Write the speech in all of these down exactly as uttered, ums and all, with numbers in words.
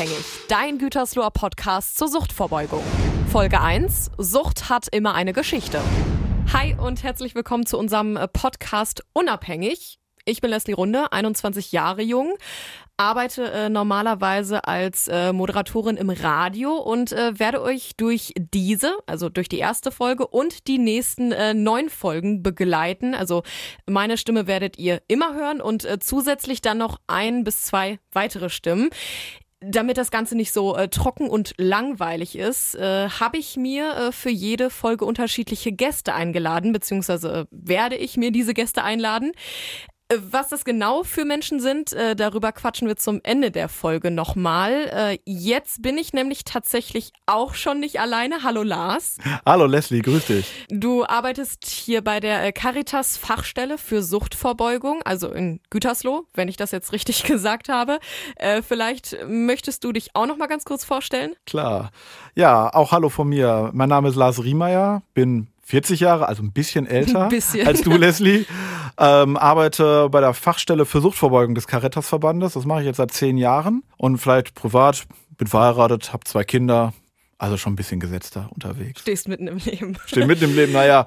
Unabhängig, dein Gütersloher Podcast zur Suchtvorbeugung. Folge eins, Sucht hat immer eine Geschichte. Hi und herzlich willkommen zu unserem Podcast Unabhängig. Ich bin Leslie Runde, einundzwanzig Jahre jung, arbeite äh, normalerweise als äh, Moderatorin im Radio und äh, werde euch durch diese, also durch die erste Folge und die nächsten äh, neun Folgen begleiten. Also meine Stimme werdet ihr immer hören und äh, zusätzlich dann noch ein bis zwei weitere Stimmen. Damit das Ganze nicht so äh, trocken und langweilig ist, äh, habe ich mir äh, für jede Folge unterschiedliche Gäste eingeladen, beziehungsweise äh, werde ich mir diese Gäste einladen. Was das genau für Menschen sind, äh, darüber quatschen wir zum Ende der Folge nochmal. Äh, jetzt bin ich nämlich tatsächlich auch schon nicht alleine. Hallo Lars. Hallo Leslie, grüß dich. Du arbeitest hier bei der äh, Caritas Fachstelle für Suchtvorbeugung, also in Gütersloh, wenn ich das jetzt richtig gesagt habe. Äh, vielleicht möchtest du dich auch noch mal ganz kurz vorstellen? Klar. Ja, auch hallo von mir. Mein Name ist Lars Riemeyer, bin vierzig Jahre, also ein bisschen älter ein bisschen. als du, Leslie. Ähm, arbeite bei der Fachstelle für Suchtvorbeugung des Caritas-Verbandes. Das mache ich jetzt seit zehn Jahren. Und vielleicht privat, bin verheiratet, habe zwei Kinder. Also schon ein bisschen gesetzter unterwegs. Stehst mitten im Leben. Steh mitten im Leben, naja.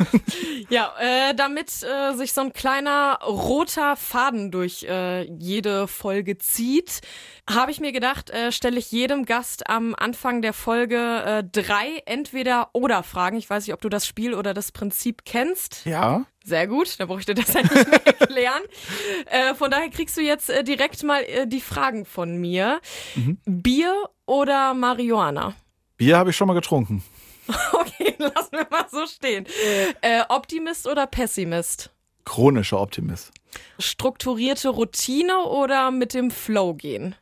Ja, äh, damit äh, sich so ein kleiner roter Faden durch äh, jede Folge zieht, habe ich mir gedacht, äh, stelle ich jedem Gast am Anfang der Folge äh, drei Entweder-Oder-Fragen. Ich weiß nicht, ob du das Spiel oder das Prinzip kennst. Ja. Sehr gut, da brauche ich dir das ja nicht mehr erklären. Äh, von daher kriegst du jetzt äh, direkt mal äh, die Fragen von mir. Mhm. Bier oder Marihuana? Bier habe ich schon mal getrunken. Okay, lassen wir mal so stehen. Äh, Optimist oder Pessimist? Chronischer Optimist. Strukturierte Routine oder mit dem Flow gehen?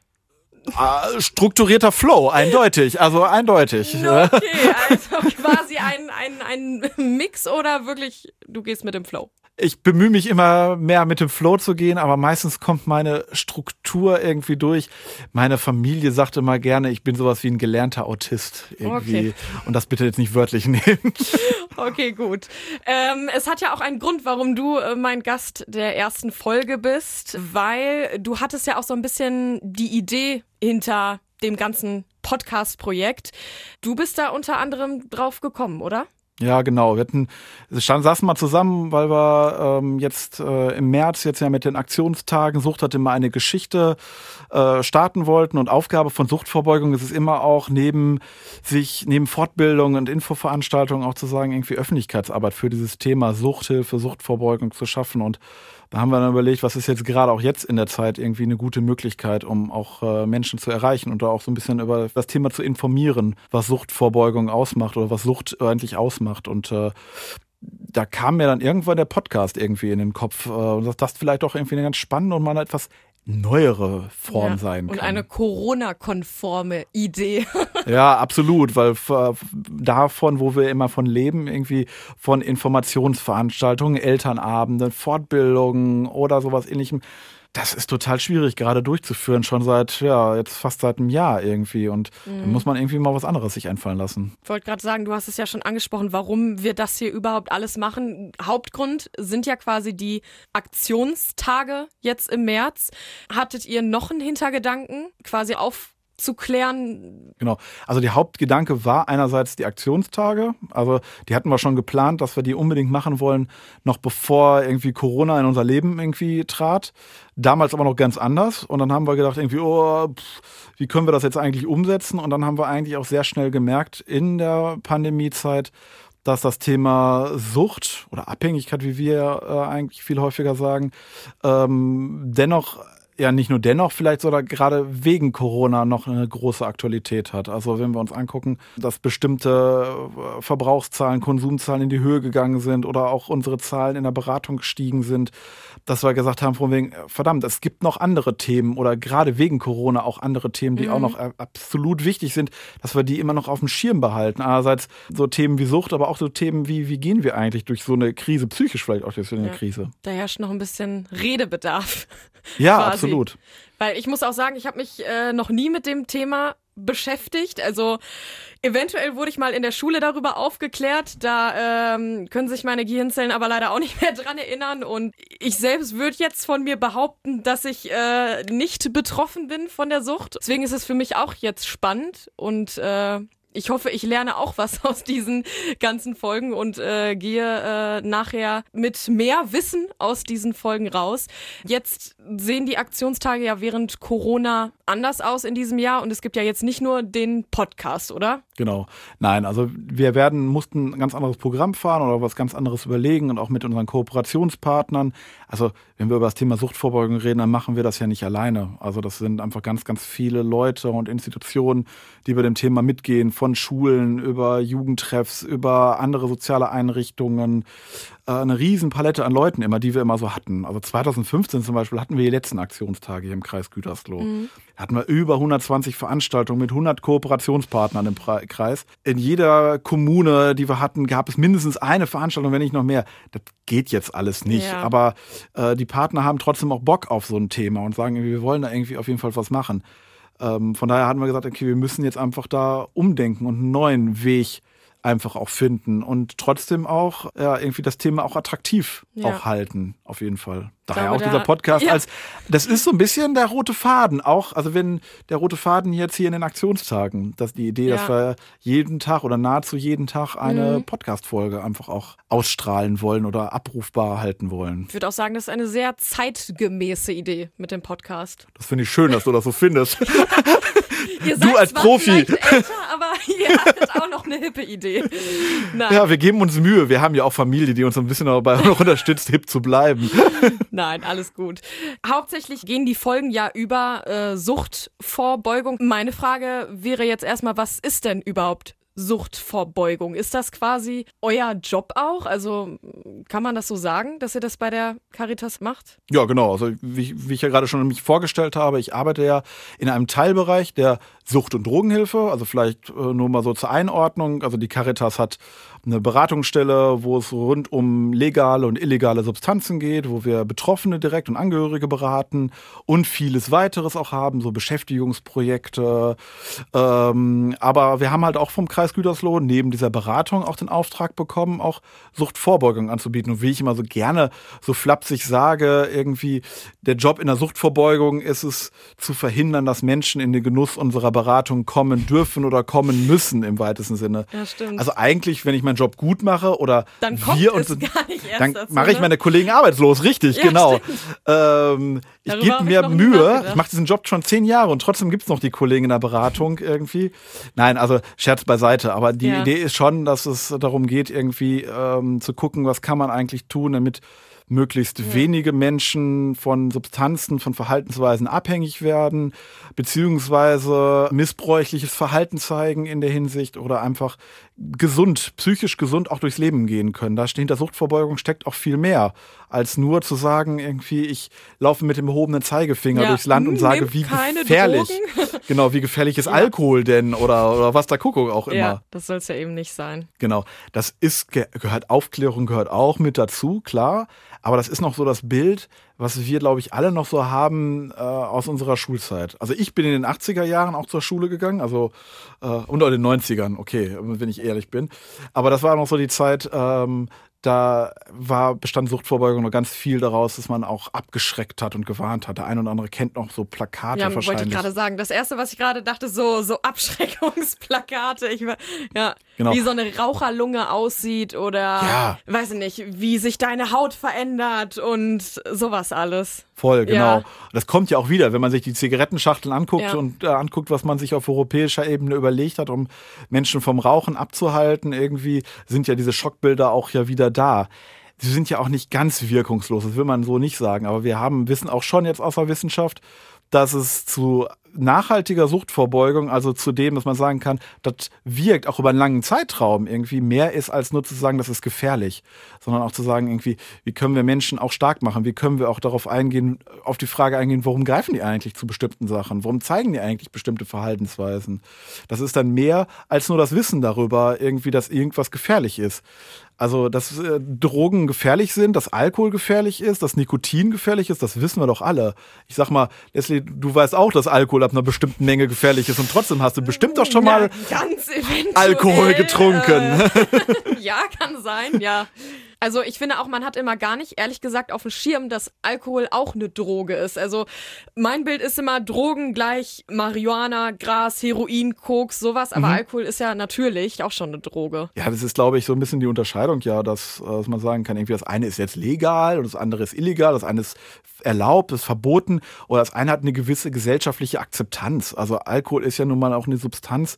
Äh, strukturierter Flow, eindeutig, also eindeutig. Okay, also quasi ein, ein, ein Mix oder wirklich, du gehst mit dem Flow? Ich bemühe mich immer mehr mit dem Flow zu gehen, aber meistens kommt meine Struktur irgendwie durch. Meine Familie sagt immer gerne, ich bin sowas wie ein gelernter Autist irgendwie. Okay. Und das bitte jetzt nicht wörtlich nehmen. Okay, gut. Ähm, es hat ja auch einen Grund, warum du äh, mein Gast der ersten Folge bist, weil du hattest ja auch so ein bisschen die Idee hinter dem ganzen Podcast-Projekt. Du bist da unter anderem drauf gekommen, oder? Ja, genau. Wir hatten, stand, saßen mal zusammen, weil wir ähm, jetzt äh, im März jetzt ja mit den Aktionstagen Sucht hat immer eine Geschichte äh, starten wollten. Und Aufgabe von Suchtvorbeugung ist es immer auch neben sich, neben Fortbildung und Infoveranstaltungen auch zu sagen, irgendwie Öffentlichkeitsarbeit für dieses Thema Suchthilfe, Suchtvorbeugung zu schaffen. Und da haben wir dann überlegt, was ist jetzt gerade auch jetzt in der Zeit irgendwie eine gute Möglichkeit, um auch äh, Menschen zu erreichen und da auch so ein bisschen über das Thema zu informieren, was Suchtvorbeugung ausmacht oder was Sucht eigentlich ausmacht. Und äh, da kam mir dann irgendwann der Podcast irgendwie in den Kopf, äh, dass das vielleicht auch irgendwie eine ganz spannende und mal eine etwas neuere Form ja, sein kann. Und eine Corona-konforme Idee. Ja, absolut, weil äh, davon, wo wir immer von leben, irgendwie von Informationsveranstaltungen, Elternabenden, Fortbildungen oder sowas Ähnlichem, das ist total schwierig gerade durchzuführen, schon seit, ja, jetzt fast seit einem Jahr irgendwie. Und mhm. dann muss man irgendwie mal was anderes sich einfallen lassen. Ich wollte gerade sagen, du hast es ja schon angesprochen, warum wir das hier überhaupt alles machen. Hauptgrund sind ja quasi die Aktionstage jetzt im März. Hattet ihr noch einen Hintergedanken, quasi auf zu klären? Genau, also der Hauptgedanke war einerseits die Aktionstage, also die hatten wir schon geplant, dass wir die unbedingt machen wollen, noch bevor irgendwie Corona in unser Leben irgendwie trat, damals aber noch ganz anders und dann haben wir gedacht irgendwie, oh, pff, wie können wir das jetzt eigentlich umsetzen und dann haben wir eigentlich auch sehr schnell gemerkt in der Pandemiezeit, dass das Thema Sucht oder Abhängigkeit, wie wir äh, eigentlich viel häufiger sagen, ähm, dennoch ja nicht nur dennoch vielleicht, sondern gerade wegen Corona noch eine große Aktualität hat. Also wenn wir uns angucken, dass bestimmte Verbrauchszahlen, Konsumzahlen in die Höhe gegangen sind oder auch unsere Zahlen in der Beratung gestiegen sind, dass wir gesagt haben, von wegen, verdammt, es gibt noch andere Themen oder gerade wegen Corona auch andere Themen, die mhm. auch noch absolut wichtig sind, dass wir die immer noch auf dem Schirm behalten. Einerseits so Themen wie Sucht, aber auch so Themen wie, wie gehen wir eigentlich durch so eine Krise, psychisch vielleicht auch durch so eine ja, Krise. Da herrscht noch ein bisschen Redebedarf. Ja, quasi. Absolut. Weil ich muss auch sagen, ich habe mich äh, noch nie mit dem Thema beschäftigt. Also eventuell wurde ich mal in der Schule darüber aufgeklärt. Da ähm, können sich meine Gehirnzellen aber leider auch nicht mehr dran erinnern. Und ich selbst würde jetzt von mir behaupten, dass ich äh, nicht betroffen bin von der Sucht. Deswegen ist es für mich auch jetzt spannend und äh, ich hoffe, ich lerne auch was aus diesen ganzen Folgen und äh, gehe äh, nachher mit mehr Wissen aus diesen Folgen raus. Jetzt sehen die Aktionstage ja während Corona anders aus in diesem Jahr und es gibt ja jetzt nicht nur den Podcast, oder? Genau. Nein, also wir werden mussten ein ganz anderes Programm fahren oder was ganz anderes überlegen und auch mit unseren Kooperationspartnern. Also wenn wir über das Thema Suchtvorbeugung reden, dann machen wir das ja nicht alleine. Also das sind einfach ganz, ganz viele Leute und Institutionen, die bei dem Thema mitgehen, von Schulen über Jugendtreffs, über andere soziale Einrichtungen. Äh, eine riesen Palette an Leuten immer, die wir immer so hatten. Also zwanzig fünfzehn zum Beispiel hatten wir die letzten Aktionstage hier im Kreis Gütersloh. Mhm. Da hatten wir über hundertzwanzig Veranstaltungen mit hundert Kooperationspartnern im Kreis. In jeder Kommune, die wir hatten, gab es mindestens eine Veranstaltung, wenn nicht noch mehr. Das geht jetzt alles nicht. Ja. Aber äh, die Partner haben trotzdem auch Bock auf so ein Thema und sagen, wir wollen da irgendwie auf jeden Fall was machen. Ähm, von daher hatten wir gesagt, okay, wir müssen jetzt einfach da umdenken und einen neuen Weg einfach auch finden und trotzdem auch ja, irgendwie das Thema auch attraktiv ja. auch halten, auf jeden Fall. Daher glaube, auch dieser Podcast ja. als, das ist so ein bisschen der rote Faden, auch, also wenn der rote Faden jetzt hier in den Aktionstagen, dass die Idee, ja. dass wir jeden Tag oder nahezu jeden Tag eine mhm. Podcast-Folge einfach auch ausstrahlen wollen oder abrufbar halten wollen. Ich würde auch sagen, das ist eine sehr zeitgemäße Idee mit dem Podcast. Das finde ich schön, dass du das so findest. Ihr du seid als zwar Profi. Älter, aber ihr hattet auch noch eine hippe Idee. Nein. Ja, wir geben uns Mühe. Wir haben ja auch Familie, die uns ein bisschen dabei noch unterstützt, hip zu bleiben. Nein, alles gut. Hauptsächlich gehen die Folgen ja über äh, Suchtvorbeugung. Meine Frage wäre jetzt erstmal, was ist denn überhaupt Suchtvorbeugung? Ist das quasi euer Job auch? Also kann man das so sagen, dass ihr das bei der Caritas macht? Ja, genau. Also wie, wie ich ja gerade schon mich vorgestellt habe, ich arbeite ja in einem Teilbereich der Sucht- und Drogenhilfe. Also vielleicht äh, nur mal so zur Einordnung. Also die Caritas hat eine Beratungsstelle, wo es rund um legale und illegale Substanzen geht, wo wir Betroffene direkt und Angehörige beraten und vieles weiteres auch haben, so Beschäftigungsprojekte. Ähm, aber wir haben halt auch vom Kreis Gütersloh neben dieser Beratung auch den Auftrag bekommen, auch Suchtvorbeugung anzubieten. Und wie ich immer so gerne so flapsig sage, irgendwie der Job in der Suchtvorbeugung ist es zu verhindern, dass Menschen in den Genuss unserer Beratung kommen dürfen oder kommen müssen im weitesten Sinne. Ja, stimmt. Also eigentlich, wenn ich meinen Job gut mache oder dann kommt wir es uns, gar nicht erst dann dazu, mache ich ne? meine Kollegen arbeitslos, richtig, ja, genau. Ähm, ich Darüber gebe hab mir ich noch nie Mühe, nachgedacht. ich mache diesen Job schon zehn Jahre und trotzdem gibt es noch die Kollegen in der Beratung irgendwie. Nein, also Scherz beiseite, aber die Ja. Idee ist schon, dass es darum geht, irgendwie ähm, zu gucken, was kann man eigentlich tun, damit möglichst ja. wenige Menschen von Substanzen, von Verhaltensweisen abhängig werden, beziehungsweise missbräuchliches Verhalten zeigen in der Hinsicht oder einfach gesund, psychisch gesund auch durchs Leben gehen können. Da hinter Suchtvorbeugung steckt auch viel mehr, als nur zu sagen, irgendwie, ich laufe mit dem erhobenen Zeigefinger Ja. durchs Land und Hm, sage, nehmt wie keine gefährlich, Drogen. genau, wie gefährlich ist Ja. Alkohol denn oder, oder was der Kuckuck auch immer. Ja, das soll es ja eben nicht sein. Genau, das ist, gehört, Aufklärung gehört auch mit dazu, klar. Aber das ist noch so das Bild, was wir, glaube ich, alle noch so haben äh, aus unserer Schulzeit. Also ich bin in den achtziger Jahren auch zur Schule gegangen, also äh, und auch in den neunzigern, okay, wenn ich ehrlich bin. Aber das war noch so die Zeit, ähm, da war bestand Suchtvorbeugung noch ganz viel daraus, dass man auch abgeschreckt hat und gewarnt hat. Der ein oder andere kennt noch so Plakate Ja, wahrscheinlich. wollte ich gerade sagen. Das Erste, was ich gerade dachte, so, so Abschreckungsplakate. Ich, war- ja, Genau. wie so eine Raucherlunge aussieht oder, Ja. weiß ich nicht, wie sich deine Haut verändert und sowas alles. Voll, genau. Ja. Und das kommt ja auch wieder, wenn man sich die Zigarettenschachteln anguckt Ja. und äh, anguckt, was man sich auf europäischer Ebene überlegt hat, um Menschen vom Rauchen abzuhalten. Irgendwie sind ja diese Schockbilder auch ja wieder da. Sie sind ja auch nicht ganz wirkungslos, das will man so nicht sagen. Aber wir haben, wissen auch schon jetzt aus der Wissenschaft, dass es zu nachhaltiger Suchtvorbeugung, also zu dem, dass man sagen kann, das wirkt auch über einen langen Zeitraum irgendwie mehr ist, als nur zu sagen, das ist gefährlich, sondern auch zu sagen irgendwie, wie können wir Menschen auch stark machen, wie können wir auch darauf eingehen, auf die Frage eingehen, warum greifen die eigentlich zu bestimmten Sachen, warum zeigen die eigentlich bestimmte Verhaltensweisen. Das ist dann mehr als nur das Wissen darüber, irgendwie, dass irgendwas gefährlich ist. Also, dass äh, Drogen gefährlich sind, dass Alkohol gefährlich ist, dass Nikotin gefährlich ist, das wissen wir doch alle. Ich sag mal, Leslie, du weißt auch, dass Alkohol ab einer bestimmten Menge gefährlich ist und trotzdem hast du bestimmt doch schon mal ja, ganz eventuell, Alkohol getrunken. Äh, ja, kann sein, ja. Also ich finde auch, man hat immer gar nicht, ehrlich gesagt, auf dem Schirm, dass Alkohol auch eine Droge ist. Also mein Bild ist immer Drogen gleich Marihuana, Gras, Heroin, Koks, sowas. Aber mhm. Alkohol ist ja natürlich auch schon eine Droge. Ja, das ist, glaube ich, so ein bisschen die Unterscheidung, ja, dass, dass man sagen kann, irgendwie das eine ist jetzt legal und das andere ist illegal, das eine ist erlaubt, das ist verboten oder das eine hat eine gewisse gesellschaftliche Akzeptanz. Also Alkohol ist ja nun mal auch eine Substanz,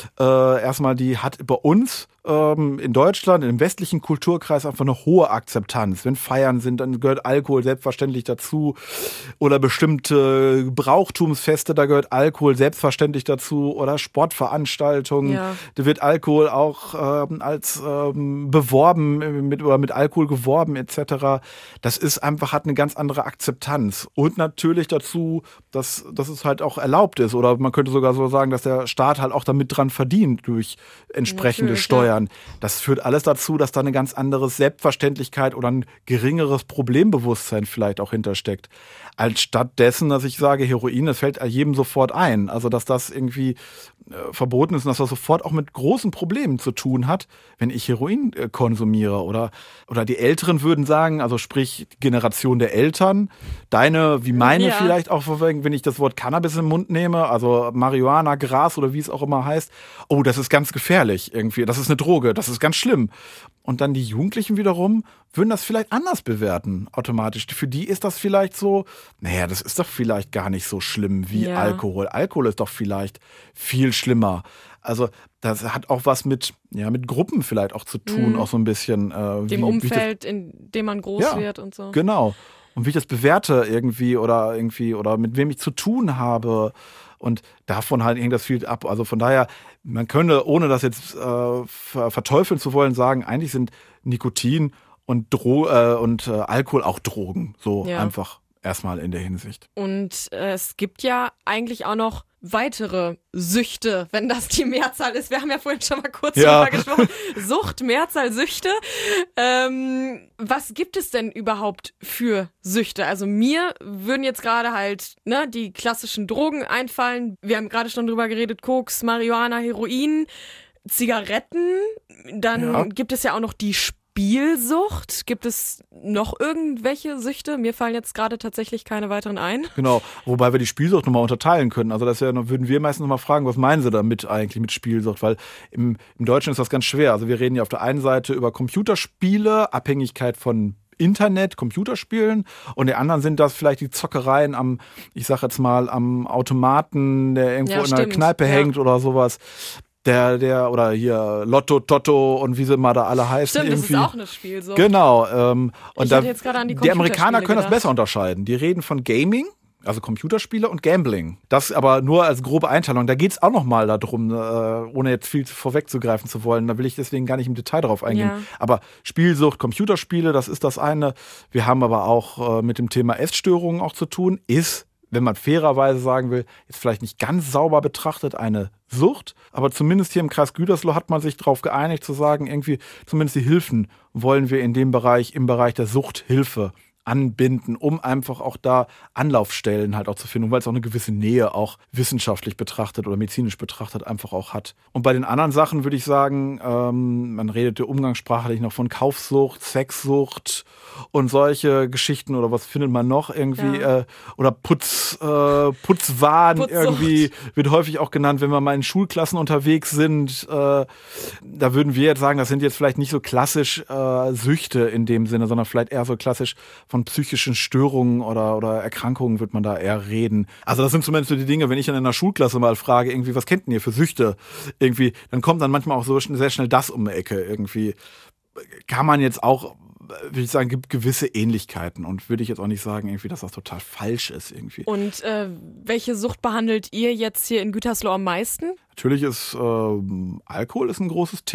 äh, erstmal, die hat bei uns ähm, in Deutschland, im westlichen Kulturkreis einfach eine hohe Akzeptanz. Wenn Feiern sind, dann gehört Alkohol selbstverständlich dazu. Oder bestimmte Brauchtumsfeste, da gehört Alkohol selbstverständlich dazu. Oder Sportveranstaltungen, ja. Da wird Alkohol auch ähm, als ähm, beworben, mit, oder mit Alkohol geworben et cetera. Das ist einfach, hat eine ganz andere Akzeptanz. Und natürlich dazu, dass, dass es halt auch erlaubt ist. Oder man könnte sogar so sagen, dass der Staat halt auch damit dran verdient durch entsprechende natürlich, Steuern. Ja. Das führt alles dazu, dass da eine ganz andere Selbstverständlichkeit oder ein geringeres Problembewusstsein vielleicht auch hintersteckt. Anstatt dessen, dass ich sage, Heroin, das fällt jedem sofort ein. Also, dass das irgendwie äh, verboten ist und dass das sofort auch mit großen Problemen zu tun hat, wenn ich Heroin äh, konsumiere. Oder, oder die Älteren würden sagen, also sprich die Generation der Eltern, deine wie meine ja. vielleicht auch, wenn ich das Wort Cannabis im Mund nehme, also Marihuana, Gras oder wie es auch immer heißt, oh, das ist ganz gefährlich irgendwie, das ist eine Droge, das ist ganz schlimm. Und dann die Jugendlichen wiederum würden das vielleicht anders bewerten, automatisch. Für die ist das vielleicht so, naja, das ist doch vielleicht gar nicht so schlimm wie ja. Alkohol. Alkohol ist doch vielleicht viel schlimmer. Also das hat auch was mit, ja, mit Gruppen vielleicht auch zu tun, mhm. auch so ein bisschen. Äh, Dem wie, Umfeld, wie das, in dem man groß ja, wird und so. Genau. Und wie ich das bewerte irgendwie oder irgendwie oder mit wem ich zu tun habe. Und davon halt hängt das viel ab. Also von daher, man könnte, ohne das jetzt äh, verteufeln zu wollen, sagen, eigentlich sind Nikotin und, Dro- äh, und äh, Alkohol auch Drogen. So ja. einfach erstmal in der Hinsicht. Und äh, es gibt ja eigentlich auch noch weitere Süchte, wenn das die Mehrzahl ist. Wir haben ja vorhin schon mal kurz ja. drüber gesprochen. Sucht, Mehrzahl, Süchte. Ähm, was gibt es denn überhaupt für Süchte? Also mir würden jetzt gerade halt ne, die klassischen Drogen einfallen. Wir haben gerade schon drüber geredet, Koks, Marihuana, Heroin, Zigaretten. Dann ja. gibt es ja auch noch die Spielsucht? Gibt es noch irgendwelche Süchte? Mir fallen jetzt gerade tatsächlich keine weiteren ein. Genau, wobei wir die Spielsucht nochmal unterteilen können. Also das ja, würden wir meistens nochmal fragen, was meinen Sie damit eigentlich mit Spielsucht? Weil im, im Deutschen ist das ganz schwer. Also wir reden ja auf der einen Seite über Computerspiele, Abhängigkeit von Internet, Computerspielen und die anderen sind das vielleicht die Zockereien am, ich sag jetzt mal, am Automaten, der irgendwo ja, in einer Kneipe ja. hängt oder sowas. Der, der, oder hier Lotto, Toto und wie sie mal da alle heißen. Stimmt, irgendwie. Das ist auch eine Spielsucht. Genau. Ähm, und ich da, hatte jetzt gerade an die die Amerikaner können gedacht. das besser unterscheiden. Die reden von Gaming, also Computerspiele und Gambling. Das aber nur als grobe Einteilung. Da geht es auch noch mal darum, äh, ohne jetzt viel vorwegzugreifen zu wollen. Da will ich deswegen gar nicht im Detail drauf eingehen. Ja. Aber Spielsucht, Computerspiele, das ist das eine. Wir haben aber auch äh, mit dem Thema Essstörungen auch zu tun. Ist, wenn man fairerweise sagen will, jetzt vielleicht nicht ganz sauber betrachtet, eine Sucht, aber zumindest hier im Kreis Gütersloh hat man sich darauf geeinigt zu sagen, irgendwie zumindest die Hilfen wollen wir in dem Bereich, im Bereich der Suchthilfe anbinden, um einfach auch da Anlaufstellen halt auch zu finden, weil es auch eine gewisse Nähe auch wissenschaftlich betrachtet oder medizinisch betrachtet einfach auch hat. Und bei den anderen Sachen würde ich sagen, ähm, man redet ja umgangssprachlich noch von Kaufsucht, Sexsucht und solche Geschichten oder was findet man noch irgendwie ja. äh, oder Putz, äh, Putzwahn Putzsucht. Irgendwie wird häufig auch genannt, wenn wir mal in Schulklassen unterwegs sind. Äh, da würden wir jetzt sagen, das sind jetzt vielleicht nicht so klassisch äh, Süchte in dem Sinne, sondern vielleicht eher so klassisch von psychischen Störungen oder, oder Erkrankungen wird man da eher reden. Also das sind zumindest so die Dinge, wenn ich in einer Schulklasse mal frage, irgendwie, was kennt denn ihr für Süchte? Irgendwie, dann kommt dann manchmal auch so sehr schnell das um die Ecke. Irgendwie kann man jetzt auch, würde ich sagen, gibt gewisse Ähnlichkeiten und würde ich jetzt auch nicht sagen, irgendwie, dass das total falsch ist irgendwie. Und äh, welche Sucht behandelt ihr jetzt hier in Gütersloh am meisten? Natürlich ist äh, Alkohol ist ein großes Thema.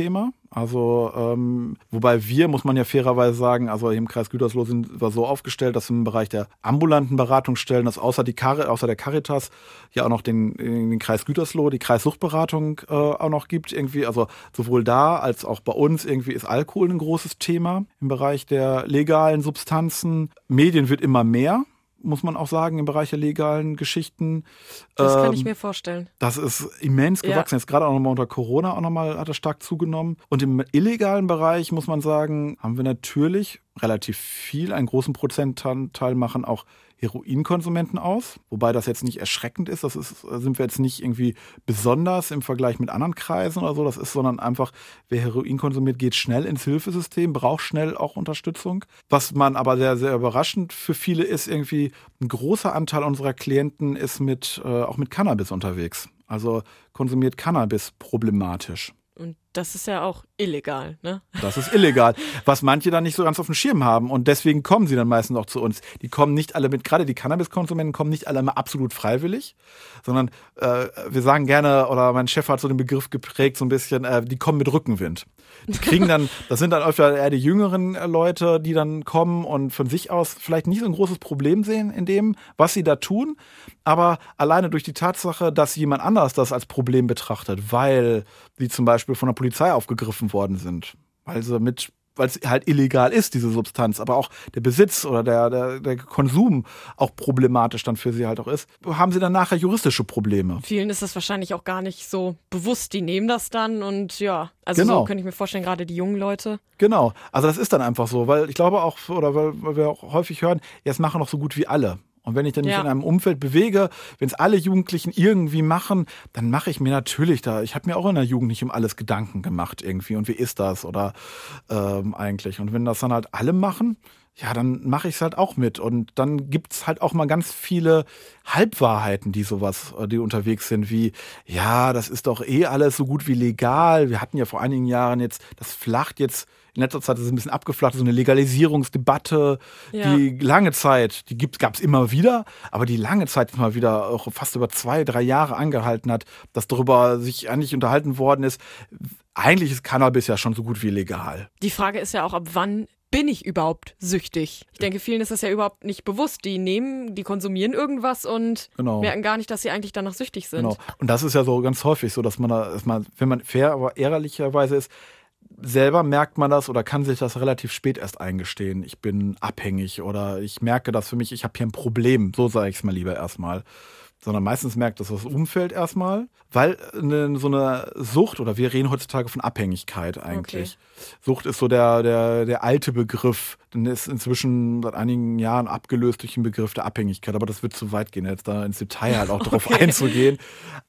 Also, ähm, wobei wir, muss man ja fairerweise sagen, also hier im Kreis Gütersloh sind wir so aufgestellt, dass im Bereich der ambulanten Beratungsstellen, dass außer, die Car- außer der Caritas ja auch noch den, den Kreis Gütersloh, die Kreissuchtberatung äh, auch noch gibt irgendwie. Also sowohl da als auch bei uns irgendwie ist Alkohol ein großes Thema im Bereich der legalen Substanzen. Medien wird immer mehr, muss man auch sagen, im Bereich der legalen Geschichten. Das kann ähm, ich mir vorstellen. Das ist immens gewachsen. Ja. Jetzt gerade auch nochmal unter Corona auch nochmal hat das stark zugenommen. Und im illegalen Bereich, muss man sagen, haben wir natürlich relativ viel, einen großen Prozentteil machen auch Heroinkonsumenten aus. Wobei das jetzt nicht erschreckend ist. Das ist, sind wir jetzt nicht irgendwie besonders im Vergleich mit anderen Kreisen oder so. Das ist, sondern einfach, wer Heroin konsumiert, geht schnell ins Hilfesystem, braucht schnell auch Unterstützung. Was man aber sehr, sehr überraschend für viele ist, irgendwie ein großer Anteil unserer Klienten ist mit, äh, auch mit Cannabis unterwegs. Also konsumiert Cannabis problematisch. Und das ist ja auch illegal, ne? Das ist illegal, was manche dann nicht so ganz auf dem Schirm haben. Und deswegen kommen sie dann meistens auch zu uns. Die kommen nicht alle mit, gerade die Cannabiskonsumenten kommen nicht alle immer absolut freiwillig, sondern äh, wir sagen gerne, oder mein Chef hat so den Begriff geprägt, so ein bisschen, äh, die kommen mit Rückenwind. Die kriegen dann, das sind dann öfter eher die jüngeren Leute, die dann kommen und von sich aus vielleicht nicht so ein großes Problem sehen in dem, was sie da tun. Aber alleine durch die Tatsache, dass jemand anders das als Problem betrachtet, weil sie zum Beispiel von der Polizei aufgegriffen worden sind, weil sie mit, weil es halt illegal ist, diese Substanz, aber auch der Besitz oder der, der, der Konsum auch problematisch dann für sie halt auch ist, haben sie dann nachher juristische Probleme. Vielen ist das wahrscheinlich auch gar nicht so bewusst, die nehmen das dann und ja, also genau. So könnte ich mir vorstellen, gerade die jungen Leute. Genau, also das ist dann einfach so, weil ich glaube auch, oder weil, weil wir auch häufig hören, jetzt machen noch so gut wie alle. Und wenn ich dann mich ja. in einem Umfeld bewege, wenn es alle Jugendlichen irgendwie machen, dann mache ich mir natürlich da, ich habe mir auch in der Jugend nicht um alles Gedanken gemacht irgendwie und wie ist das oder ähm, eigentlich. Und wenn das dann halt alle machen, ja, dann mache ich es halt auch mit. Und dann gibt's halt auch mal ganz viele Halbwahrheiten, die sowas, die unterwegs sind, wie, ja, das ist doch eh alles so gut wie legal. Wir hatten ja vor einigen Jahren jetzt, das flacht jetzt, in letzter Zeit ist es ein bisschen abgeflacht, so eine Legalisierungsdebatte, ja. die lange Zeit, die gab es immer wieder, aber die lange Zeit mal wieder auch fast über zwei, drei Jahre angehalten hat, dass darüber sich eigentlich unterhalten worden ist. Eigentlich ist Cannabis ja schon so gut wie legal. Die Frage ist ja auch, ab wann bin ich überhaupt süchtig? Ich denke, vielen ist das ja überhaupt nicht bewusst. Die nehmen, die konsumieren irgendwas und genau. merken gar nicht, dass sie eigentlich danach süchtig sind. Genau. Und das ist ja so ganz häufig so, dass man da, dass man, wenn man fair, aber ehrlicherweise ist, selber merkt man das oder kann sich das relativ spät erst eingestehen. Ich bin abhängig oder ich merke das für mich, ich habe hier ein Problem. So sage ich es mal lieber erstmal. Sondern meistens merkt das das Umfeld erstmal, weil eine, so eine Sucht, oder wir reden heutzutage von Abhängigkeit eigentlich. Okay. Sucht ist so der, der, der alte Begriff, den ist inzwischen seit einigen Jahren abgelöst durch den Begriff der Abhängigkeit, aber das wird zu weit gehen, jetzt da ins Detail halt auch drauf okay. einzugehen.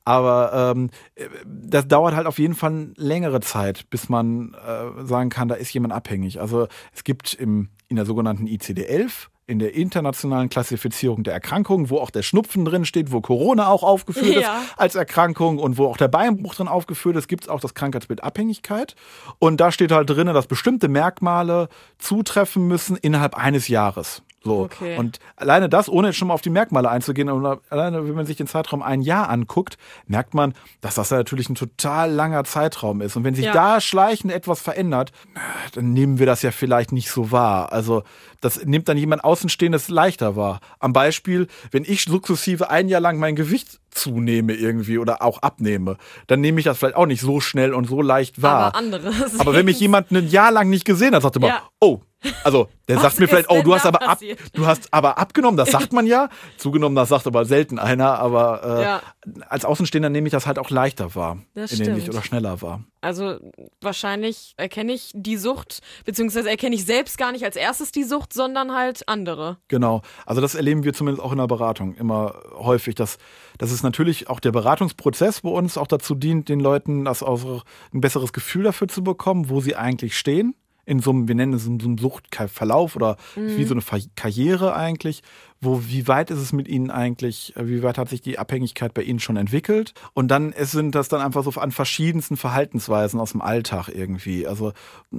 Aber ähm, das dauert halt auf jeden Fall eine längere Zeit, bis man äh, sagen kann, da ist jemand abhängig. Also es gibt im, in der sogenannten I C D elf, in der internationalen Klassifizierung der Erkrankungen, wo auch der Schnupfen drin steht, wo Corona auch aufgeführt ja. ist als Erkrankung und wo auch der Beinbruch drin aufgeführt ist, gibt es auch das Krankheitsbild Abhängigkeit. Und da steht halt drin, dass bestimmte Merkmale zutreffen müssen innerhalb eines Jahres. So. Okay. Und alleine das, ohne jetzt schon mal auf die Merkmale einzugehen, alleine wenn man sich den Zeitraum ein Jahr anguckt, merkt man, dass das natürlich ein total langer Zeitraum ist. Und wenn sich ja. da schleichend etwas verändert, dann nehmen wir das ja vielleicht nicht so wahr. Also das nimmt dann jemand Außenstehendes leichter wahr. Am Beispiel, wenn ich sukzessive ein Jahr lang mein Gewicht zunehme irgendwie oder auch abnehme, dann nehme ich das vielleicht auch nicht so schnell und so leicht wahr. Aber anderes. Aber wenn mich jemand ein Jahr lang nicht gesehen hat, sagt immer, ja. oh, also der Was sagt mir vielleicht, oh, du hast aber ab, passiert? du hast aber abgenommen, das sagt man ja. Zugenommen, das sagt aber selten einer, aber äh, ja. als Außenstehender nehme ich das halt auch leichter wahr. Das in stimmt. Sicht oder schneller wahr. Also wahrscheinlich erkenne ich die Sucht, beziehungsweise erkenne ich selbst gar nicht als erstes die Sucht, sondern halt andere. Genau, also das erleben wir zumindest auch in der Beratung immer häufig, dass, dass es natürlich auch der Beratungsprozess bei uns auch dazu dient, den Leuten das auch ein besseres Gefühl dafür zu bekommen, wo sie eigentlich stehen. In so einem, wir nennen es so einem Suchtverlauf oder mhm. wie so eine Karriere eigentlich, wo, wie weit ist es mit ihnen eigentlich, wie weit hat sich die Abhängigkeit bei ihnen schon entwickelt? Und dann es sind das dann einfach so an verschiedensten Verhaltensweisen aus dem Alltag irgendwie. Also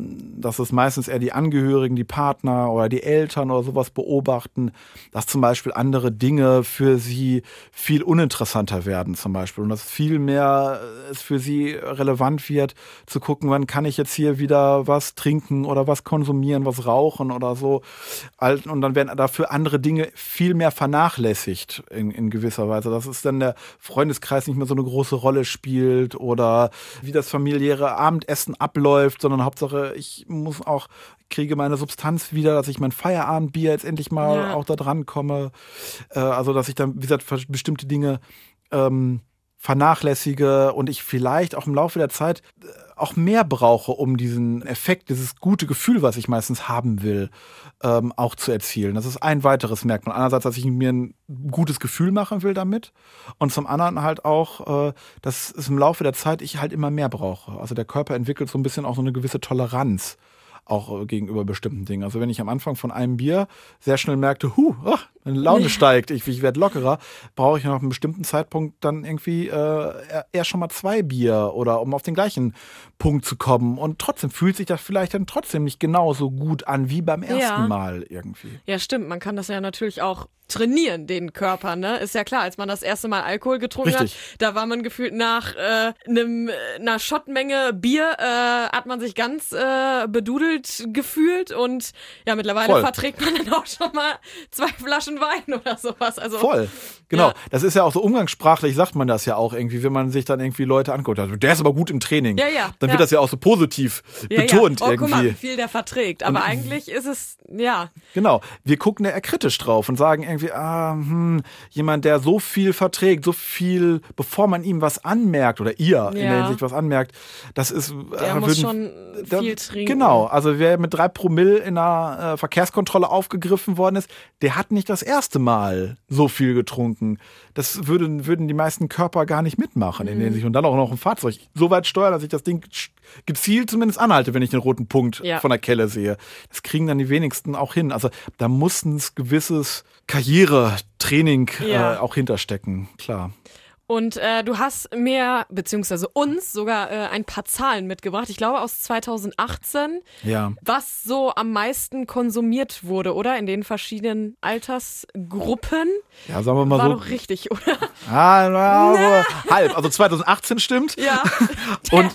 das ist meistens eher die Angehörigen, die Partner oder die Eltern oder sowas beobachten, dass zum Beispiel andere Dinge für sie viel uninteressanter werden zum Beispiel und dass viel mehr es für sie relevant wird, zu gucken, wann kann ich jetzt hier wieder was trinken oder was konsumieren, was rauchen oder so. Und dann werden dafür andere Dinge viel mehr vernachlässigt in, in gewisser Weise. Dass es dann der Freundeskreis nicht mehr so eine große Rolle spielt oder wie das familiäre Abendessen abläuft, sondern Hauptsache, ich muss auch, kriege meine Substanz wieder, dass ich mein Feierabendbier jetzt endlich mal ja. auch da dran komme. Äh, also, dass ich dann, wie gesagt, bestimmte Dinge ähm, vernachlässige und ich vielleicht auch im Laufe der Zeit auch mehr brauche, um diesen Effekt, dieses gute Gefühl, was ich meistens haben will, ähm, auch zu erzielen. Das ist ein weiteres Merkmal. Einerseits, dass ich mir ein gutes Gefühl machen will damit und zum anderen halt auch, äh, dass es im Laufe der Zeit ich halt immer mehr brauche. Also der Körper entwickelt so ein bisschen auch so eine gewisse Toleranz auch gegenüber bestimmten Dingen. Also wenn ich am Anfang von einem Bier sehr schnell merkte, huh, oh, meine Laune nee. steigt, ich, ich werde lockerer, brauche ich nach einem bestimmten Zeitpunkt dann irgendwie äh, eher schon mal zwei Bier oder um auf den gleichen Punkt zu kommen. Und trotzdem fühlt sich das vielleicht dann trotzdem nicht genauso gut an wie beim ersten ja. Mal irgendwie. Ja, stimmt. Man kann das ja natürlich auch trainieren, den Körper, ne? Ist ja klar, als man das erste Mal Alkohol getrunken Richtig. hat, da war man gefühlt nach äh, einem, einer Schottmenge Bier, äh, hat man sich ganz äh, bedudelt gefühlt und ja, mittlerweile Voll. verträgt man dann auch schon mal zwei Flaschen Wein oder sowas. Also, Voll, genau. Ja. Das ist ja auch so umgangssprachlich, sagt man das ja auch irgendwie, wenn man sich dann irgendwie Leute anguckt. Also, der ist aber gut im Training. Ja, ja. Dann ja. wird das ja auch so positiv ja, betont ja. Oh, irgendwie. Guck mal, wie viel der verträgt. Aber und, eigentlich ist es, ja. Genau. Wir gucken da eher kritisch drauf und sagen irgendwie, ah, hm, jemand, der so viel verträgt, so viel, bevor man ihm was anmerkt oder ihr ja. in der Hinsicht was anmerkt, das ist... Der äh, muss würden, schon da, viel trinken. Genau. Also wer mit drei Promille in einer äh, Verkehrskontrolle aufgegriffen worden ist, der hat nicht das erste Mal so viel getrunken. Das würden, würden die meisten Körper gar nicht mitmachen mhm. in der Hinsicht. Und dann auch noch ein Fahrzeug so weit steuern, dass ich das Ding gezielt zumindest anhalte, wenn ich den roten Punkt ja. von der Kelle sehe. Das kriegen dann die wenigsten auch hin. Also da muss ein gewisses Karrieretraining ja. äh, auch hinterstecken, klar. Und äh, du hast mir, beziehungsweise uns, sogar äh, ein paar Zahlen mitgebracht. Ich glaube aus zweitausendachtzehn, ja. was so am meisten konsumiert wurde, oder? In den verschiedenen Altersgruppen. Ja, sagen wir mal War so. doch richtig, oder? Ah, na, so halb. Also zweitausendachtzehn stimmt. Ja. Und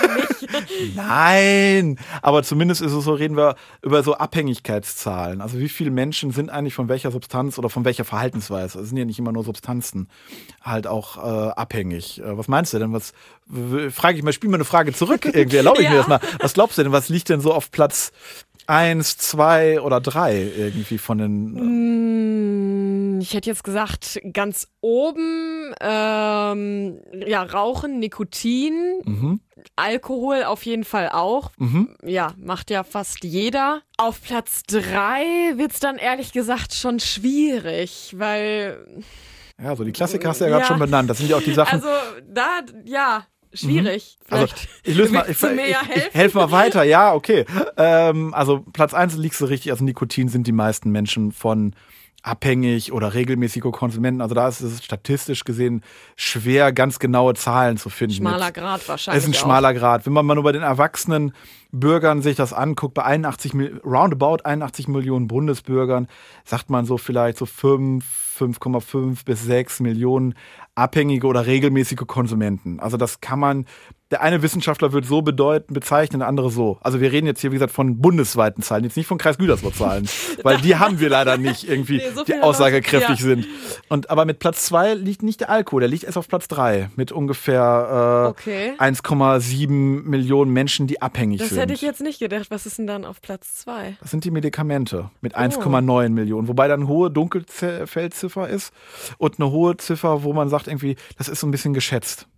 nein, aber zumindest ist es so, reden wir über so Abhängigkeitszahlen. Also wie viele Menschen sind eigentlich von welcher Substanz oder von welcher Verhaltensweise? Es sind ja nicht immer nur Substanzen, halt auch äh, abhängig. Äh, was meinst du denn? Was frage ich mal, spiel mal eine Frage zurück irgendwie, erlaube ich ja. mir das mal. Was glaubst du denn, was liegt denn so auf Platz eins, zwei oder drei irgendwie von den... Ich hätte jetzt gesagt, ganz oben ähm, ja, Rauchen, Nikotin, Mhm. Alkohol auf jeden Fall auch. Mhm. Ja, macht ja fast jeder. Auf Platz drei wird's dann ehrlich gesagt schon schwierig, weil... Ja, so die Klassiker hast du ja, ja gerade Ja. schon benannt. Das sind ja auch die Sachen... Also da, ja... Schwierig. Also, Vielleicht ich löse mal, ich, willst du mir ich, ja ich, helfen? ich helfe mal weiter, ja, okay. Ähm, also Platz eins liegst du richtig, also Nikotin sind die meisten Menschen von abhängig oder regelmäßige Konsumenten. Also da ist es statistisch gesehen schwer, ganz genaue Zahlen zu finden. Schmaler Mit, Grad wahrscheinlich. es ist ein auch. schmaler Grad. Wenn man mal nur bei den erwachsenen Bürgern sich das anguckt, bei einundachtzig, roundabout einundachtzig Millionen Bundesbürgern, sagt man so vielleicht so fünf, fünf Komma fünf bis sechs Millionen abhängige oder regelmäßige Konsumenten. Also das kann man, der eine Wissenschaftler wird so bedeuten, bezeichnen, der andere so. Also wir reden jetzt hier, wie gesagt, von bundesweiten Zahlen, jetzt nicht von Kreis Gütersloh-Zahlen, weil die haben wir leider nicht irgendwie, Nee, so die viele aussagekräftig Leute, ja. sind. Und aber mit Platz zwei liegt nicht der Alkohol, der liegt erst auf Platz drei mit ungefähr äh, Okay. eins Komma sieben Millionen Menschen, die abhängig Das sind. hätte ich jetzt nicht gedacht. Was ist denn dann auf Platz zwei? Das sind die Medikamente mit Oh. eins Komma neun Millionen, wobei dann eine hohe Dunkelfeldziffer ist und eine hohe Ziffer, wo man sagt irgendwie, das ist so ein bisschen geschätzt.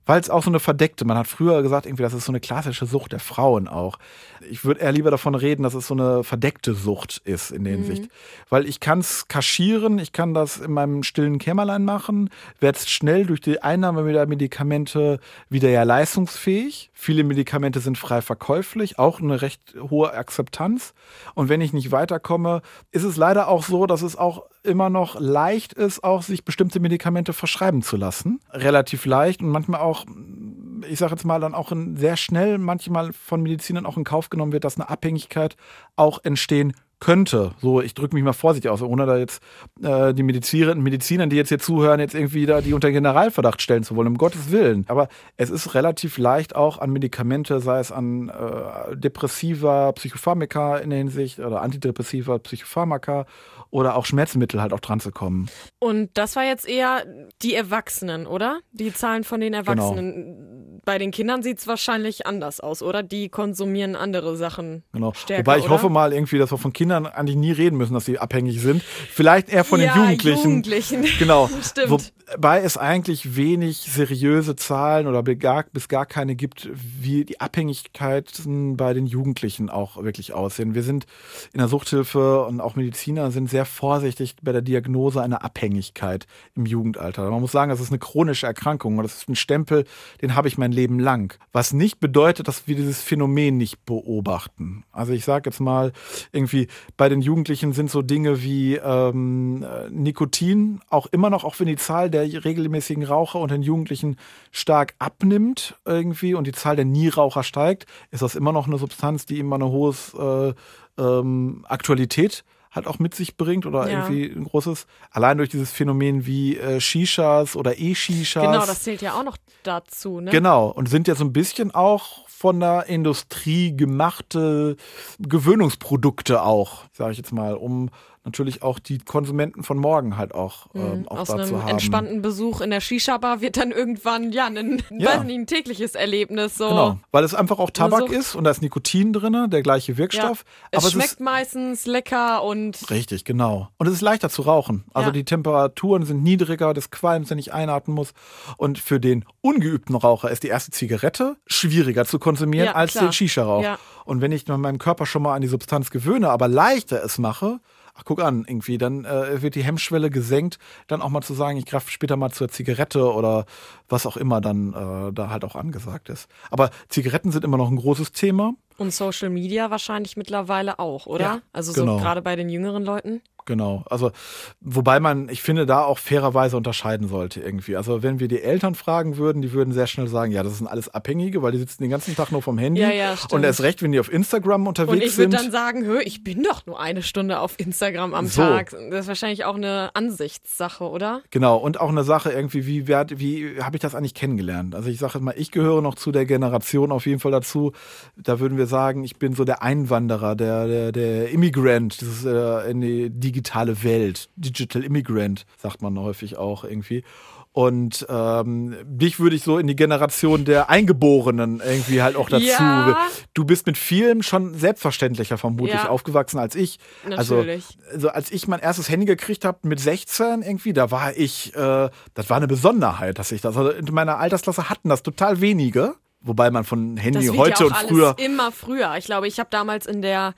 Weil es auch so eine verdeckte, man hat früher gesagt, irgendwie, das ist so eine klassische Sucht der Frauen auch. Ich würde eher lieber davon reden, dass es so eine verdeckte Sucht ist in der Hinsicht. Mhm. Weil ich kann es kaschieren, ich kann das in meinem stillen Kämmerlein machen, werde schnell durch die Einnahme der Medikamente wieder ja leistungsfähig. Viele Medikamente sind frei verkäuflich, auch eine recht hohe Akzeptanz. Und wenn ich nicht weiterkomme, ist es leider auch so, dass es auch immer noch leicht ist, auch sich bestimmte Medikamente verschreiben zu lassen. Relativ leicht und manchmal auch, ich sage jetzt mal, dann auch in, sehr schnell manchmal von Medizinern auch in Kauf genommen wird, dass eine Abhängigkeit auch entstehen könnte. So, ich drücke mich mal vorsichtig aus, ohne da jetzt äh, die Mediziner, Medizinern, die jetzt hier zuhören, jetzt irgendwie da die unter Generalverdacht stellen zu wollen, um Gottes Willen. Aber es ist relativ leicht auch an Medikamente, sei es an äh, Depressiva, Psychopharmaka in der Hinsicht oder Antidepressiva, Psychopharmaka oder auch Schmerzmittel halt auch dran zu kommen. Und das war jetzt eher die Erwachsenen, oder? Die Zahlen von den Erwachsenen. Genau. Bei den Kindern sieht es wahrscheinlich anders aus, oder? Die konsumieren andere Sachen genau. stärker, Wobei ich oder? hoffe mal irgendwie, dass wir von Kindern eigentlich nie reden müssen, dass sie abhängig sind. Vielleicht eher von ja, den Jugendlichen. Jugendlichen. Genau. Stimmt. Wobei es eigentlich wenig seriöse Zahlen oder gar, bis gar keine gibt, wie die Abhängigkeiten bei den Jugendlichen auch wirklich aussehen. Wir sind in der Suchthilfe und auch Mediziner sind sehr vorsichtig bei der Diagnose einer Abhängigkeit im Jugendalter. Man muss sagen, das ist eine chronische Erkrankung und das ist ein Stempel, den habe ich mein Leben lang. Was nicht bedeutet, dass wir dieses Phänomen nicht beobachten. Also ich sage jetzt mal, irgendwie bei den Jugendlichen sind so Dinge wie ähm, Nikotin auch immer noch, auch wenn die Zahl der regelmäßigen Raucher unter den Jugendlichen stark abnimmt irgendwie und die Zahl der Nieraucher steigt, ist das immer noch eine Substanz, die immer eine hohe äh, ähm, Aktualität halt auch mit sich bringt oder ja. irgendwie ein großes, allein durch dieses Phänomen wie äh, Shishas oder E-Shishas. Genau, das zählt ja auch noch dazu, ne? Genau, und sind ja so ein bisschen auch von der Industrie gemachte Gewöhnungsprodukte auch, sage ich jetzt mal, um natürlich auch die Konsumenten von morgen halt auch, ähm, auch Aus da einem zu haben. entspannten Besuch in der Shisha-Bar wird dann irgendwann ja ein, Ja. weiß nicht, ein tägliches Erlebnis. So. Genau, weil es einfach auch Tabak Sucht. ist und da ist Nikotin drin, der gleiche Wirkstoff. Ja. Es aber schmeckt es ist meistens lecker und richtig, genau. Und es ist leichter zu rauchen. Also Ja. die Temperaturen sind niedriger, des Qualms, der nicht einatmen muss. Und für den ungeübten Raucher ist die erste Zigarette schwieriger zu konsumieren Ja, als klar. den Shisha-Rauch. Ja. Und wenn ich meinem Körper schon mal an die Substanz gewöhne, aber leichter es mache, ach, guck an, irgendwie, dann äh, wird die Hemmschwelle gesenkt, dann auch mal zu sagen, ich greife später mal zur Zigarette oder was auch immer dann äh, da halt auch angesagt ist. Aber Zigaretten sind immer noch ein großes Thema. Und Social Media wahrscheinlich mittlerweile auch, oder? Ja, also genau. so gerade bei den jüngeren Leuten. Genau, also wobei man, ich finde, da auch fairerweise unterscheiden sollte irgendwie. Also wenn wir die Eltern fragen würden, die würden sehr schnell sagen, ja, das sind alles Abhängige, weil die sitzen den ganzen Tag nur vom Handy. Ja, ja, stimmt. Und erst recht, wenn die auf Instagram unterwegs sind. Und ich würde dann sagen, hö, ich bin doch nur eine Stunde auf Instagram am So. Tag. Das ist wahrscheinlich auch eine Ansichtssache, oder? Genau, und auch eine Sache irgendwie, wie, wie, wie habe ich das eigentlich kennengelernt? Also ich sage mal, ich gehöre noch zu der Generation auf jeden Fall dazu, da würden wir sagen, ich bin so der Einwanderer, der, der, der Immigrant, das ist äh, in die digitale Welt. Digital Immigrant, sagt man häufig auch irgendwie. Und ähm, dich würde ich so in die Generation der Eingeborenen irgendwie halt auch dazu. Ja. Du bist mit vielem schon selbstverständlicher vermutlich Ja. aufgewachsen als ich. Natürlich. Also, also als ich mein erstes Handy gekriegt habe mit sechzehn irgendwie, da war ich, äh, das war eine Besonderheit, dass ich das, also in meiner Altersklasse hatten das total wenige. Wobei man von Handy Das wird heute ja auch und alles früher. immer früher. Ich glaube, ich habe damals in der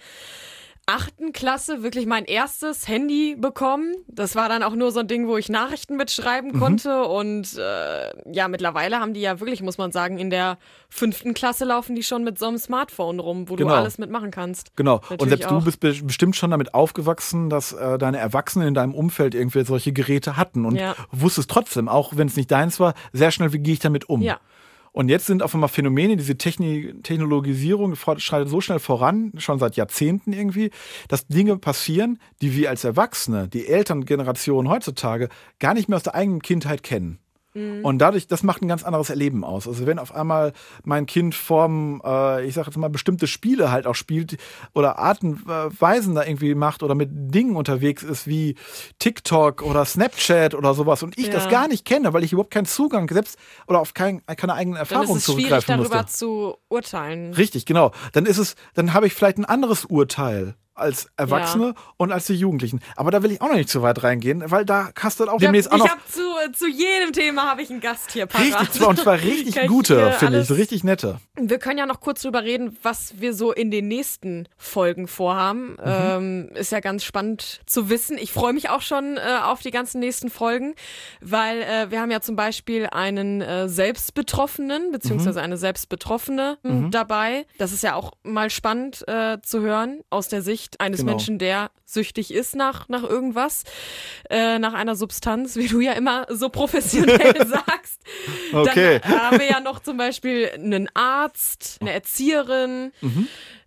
achten Klasse wirklich mein erstes Handy bekommen. Das war dann auch nur so ein Ding, wo ich Nachrichten mitschreiben Mhm. konnte. Und äh, ja, mittlerweile haben die ja wirklich, muss man sagen, in der fünften Klasse laufen die schon mit so einem Smartphone rum, wo Genau. du alles mitmachen kannst. Genau. Natürlich und selbst auch. du bist be bestimmt schon damit aufgewachsen, dass äh, deine Erwachsenen in deinem Umfeld irgendwie solche Geräte hatten und Ja. wusstest trotzdem, auch wenn es nicht deins war, sehr schnell, wie gehe ich damit um. Ja. Und jetzt sind auf einmal Phänomene, diese Techni Technologisierung schreitet so schnell voran, schon seit Jahrzehnten irgendwie, dass Dinge passieren, die wir als Erwachsene, die Elterngeneration heutzutage, gar nicht mehr aus der eigenen Kindheit kennen. Und dadurch, das macht ein ganz anderes Erleben aus. Also wenn auf einmal mein Kind vorm, äh, ich sag jetzt mal, bestimmte Spiele halt auch spielt oder Arten, äh, Weisen da irgendwie macht oder mit Dingen unterwegs ist wie TikTok oder Snapchat oder sowas und ich Ja. das gar nicht kenne, weil ich überhaupt keinen Zugang selbst oder auf kein, keine eigenen Dann Erfahrungen ist es schwierig, zurückgreifen darüber musste. zu urteilen. Richtig, genau. Dann ist es, dann habe ich vielleicht ein anderes Urteil als Erwachsene ja. und als die Jugendlichen. Aber da will ich auch noch nicht zu weit reingehen, weil da hast du auch demnächst ja, auch noch... Ich habe zu, zu jedem Thema habe ich einen Gast hier parat. Richtig, und zwar richtig gute, finde ich, so richtig nette. Wir können ja noch kurz drüber reden, was wir so in den nächsten Folgen vorhaben. Mhm. Ähm, ist ja ganz spannend zu wissen. Ich freue mich auch schon äh, auf die ganzen nächsten Folgen, weil äh, wir haben ja zum Beispiel einen äh, Selbstbetroffenen, beziehungsweise mhm. eine Selbstbetroffene mhm. dabei. Das ist ja auch mal spannend äh, zu hören aus der Sicht eines genau. Menschen, der süchtig ist nach, nach irgendwas, äh, nach einer Substanz, wie du ja immer so professionell sagst. Okay. Dann haben wir ja noch zum Beispiel einen Arzt, eine Erzieherin, mhm.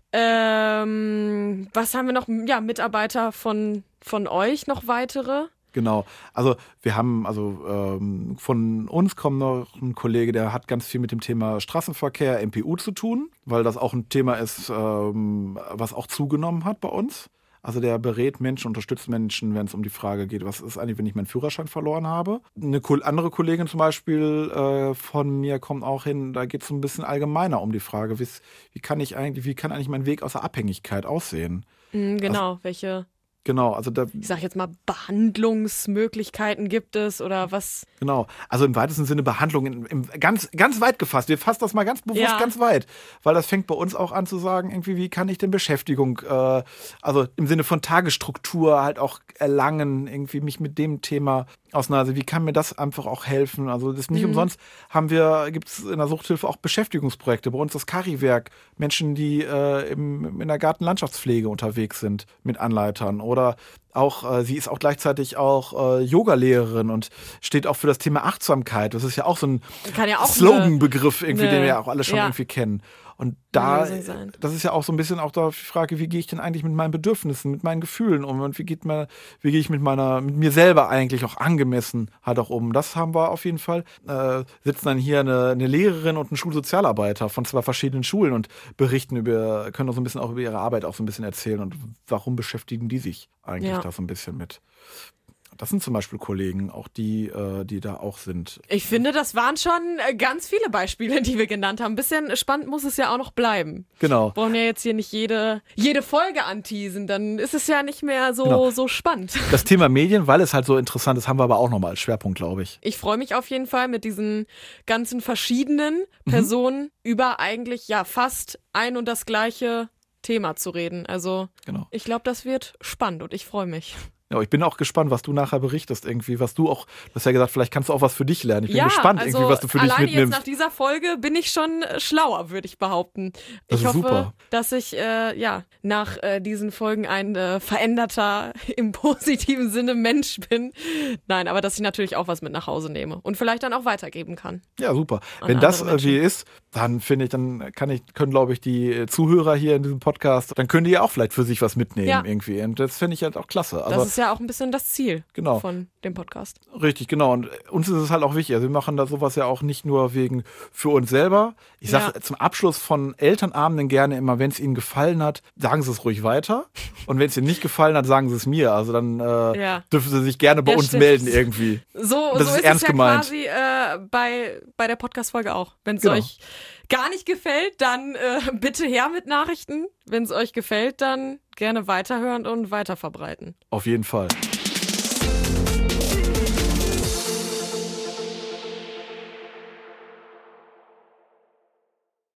ähm, was haben wir noch? Ja, Mitarbeiter von, von euch, noch weitere? Genau, also wir haben, also ähm, von uns kommt noch ein Kollege, der hat ganz viel mit dem Thema Straßenverkehr, M P U zu tun, weil das auch ein Thema ist, ähm, was auch zugenommen hat bei uns. Also der berät Menschen, unterstützt Menschen, wenn es um die Frage geht, was ist eigentlich, wenn ich meinen Führerschein verloren habe. Eine andere Kollegin zum Beispiel äh, von mir kommt auch hin, da geht es so ein bisschen allgemeiner um die Frage, wie, wie kann ich eigentlich, wie kann eigentlich mein Weg aus der Abhängigkeit aussehen? Mhm, genau, also, welche... Genau, also da, ich sag jetzt mal, Behandlungsmöglichkeiten gibt es oder was? Genau, also im weitesten Sinne Behandlung, im, im, ganz, ganz weit gefasst. Wir fassen das mal ganz bewusst ja. ganz weit, weil das fängt bei uns auch an zu sagen, irgendwie, wie kann ich denn Beschäftigung, äh, also im Sinne von Tagesstruktur halt auch erlangen, irgendwie mich mit dem Thema auseinandersetzen. Wie kann mir das einfach auch helfen? Also das ist nicht mhm. umsonst haben wir, gibt es in der Suchthilfe auch Beschäftigungsprojekte. Bei uns das Kari-Werk, Menschen, die äh, im, in der Gartenlandschaftspflege unterwegs sind mit Anleitern. Oder auch, äh, sie ist auch gleichzeitig auch äh, Yoga-Lehrerin und steht auch für das Thema Achtsamkeit. Das ist ja auch so ein ja Slogan-Begriff, irgendwie, ne, den wir ja auch alle schon ja. irgendwie kennen. Und da, das ist ja auch so ein bisschen auch die Frage, wie gehe ich denn eigentlich mit meinen Bedürfnissen, mit meinen Gefühlen um und wie geht mir, wie gehe ich mit meiner, mit mir selber eigentlich auch angemessen halt auch um. Das haben wir auf jeden Fall. Äh, sitzen dann hier eine, eine Lehrerin und ein Schulsozialarbeiter von zwei verschiedenen Schulen und berichten über, können auch so ein bisschen auch über ihre Arbeit auch so ein bisschen erzählen und warum beschäftigen die sich eigentlich ja. da so ein bisschen mit. Das sind zum Beispiel Kollegen, auch die, äh, die da auch sind. Ich finde, das waren schon ganz viele Beispiele, die wir genannt haben. Ein bisschen spannend muss es ja auch noch bleiben. Genau. Wir brauchen ja jetzt hier nicht jede, jede Folge anteasen, dann ist es ja nicht mehr so, genau. so spannend. Das Thema Medien, weil es halt so interessant ist, haben wir aber auch nochmal als Schwerpunkt, glaube ich. Ich freue mich auf jeden Fall mit diesen ganzen verschiedenen Personen mhm. über eigentlich ja fast ein und das gleiche Thema zu reden. Also genau. ich glaube, das wird spannend und ich freue mich. Ja, ich bin auch gespannt, was du nachher berichtest irgendwie, was du auch, du hast ja gesagt, vielleicht kannst du auch was für dich lernen. Ich bin ja, gespannt also irgendwie, was du für dich mitnimmst. Allein jetzt nach dieser Folge bin ich schon schlauer, würde ich behaupten. Das ich ist hoffe, super. dass ich äh, ja nach äh, diesen Folgen ein äh, veränderter, im positiven Sinne Mensch bin. Nein, aber dass ich natürlich auch was mit nach Hause nehme und vielleicht dann auch weitergeben kann. Ja, super. Wenn das irgendwie ist, dann finde ich, dann kann ich, können, glaube ich, die Zuhörer hier in diesem Podcast, dann können die ja auch vielleicht für sich was mitnehmen ja. irgendwie. Und das finde ich halt auch klasse. Das Aber ist ja auch ein bisschen das Ziel genau. von dem Podcast. Richtig, genau. Und uns ist es halt auch wichtig. Also wir machen da sowas ja auch nicht nur wegen für uns selber. Ich sage ja. zum Abschluss von Elternabenden gerne immer, wenn es ihnen gefallen hat, sagen sie es ruhig weiter. Und wenn es ihnen nicht gefallen hat, sagen sie es mir. Also dann äh, ja. dürfen sie sich gerne bei ja, uns stimmt. melden irgendwie. So, das so ist, ist ernst es ja gemeint. quasi äh, bei, bei der Podcast-Folge auch. Wenn es genau. euch gar nicht gefällt, dann äh, bitte her mit Nachrichten. Wenn es euch gefällt, dann gerne weiterhören und weiterverbreiten. Auf jeden Fall.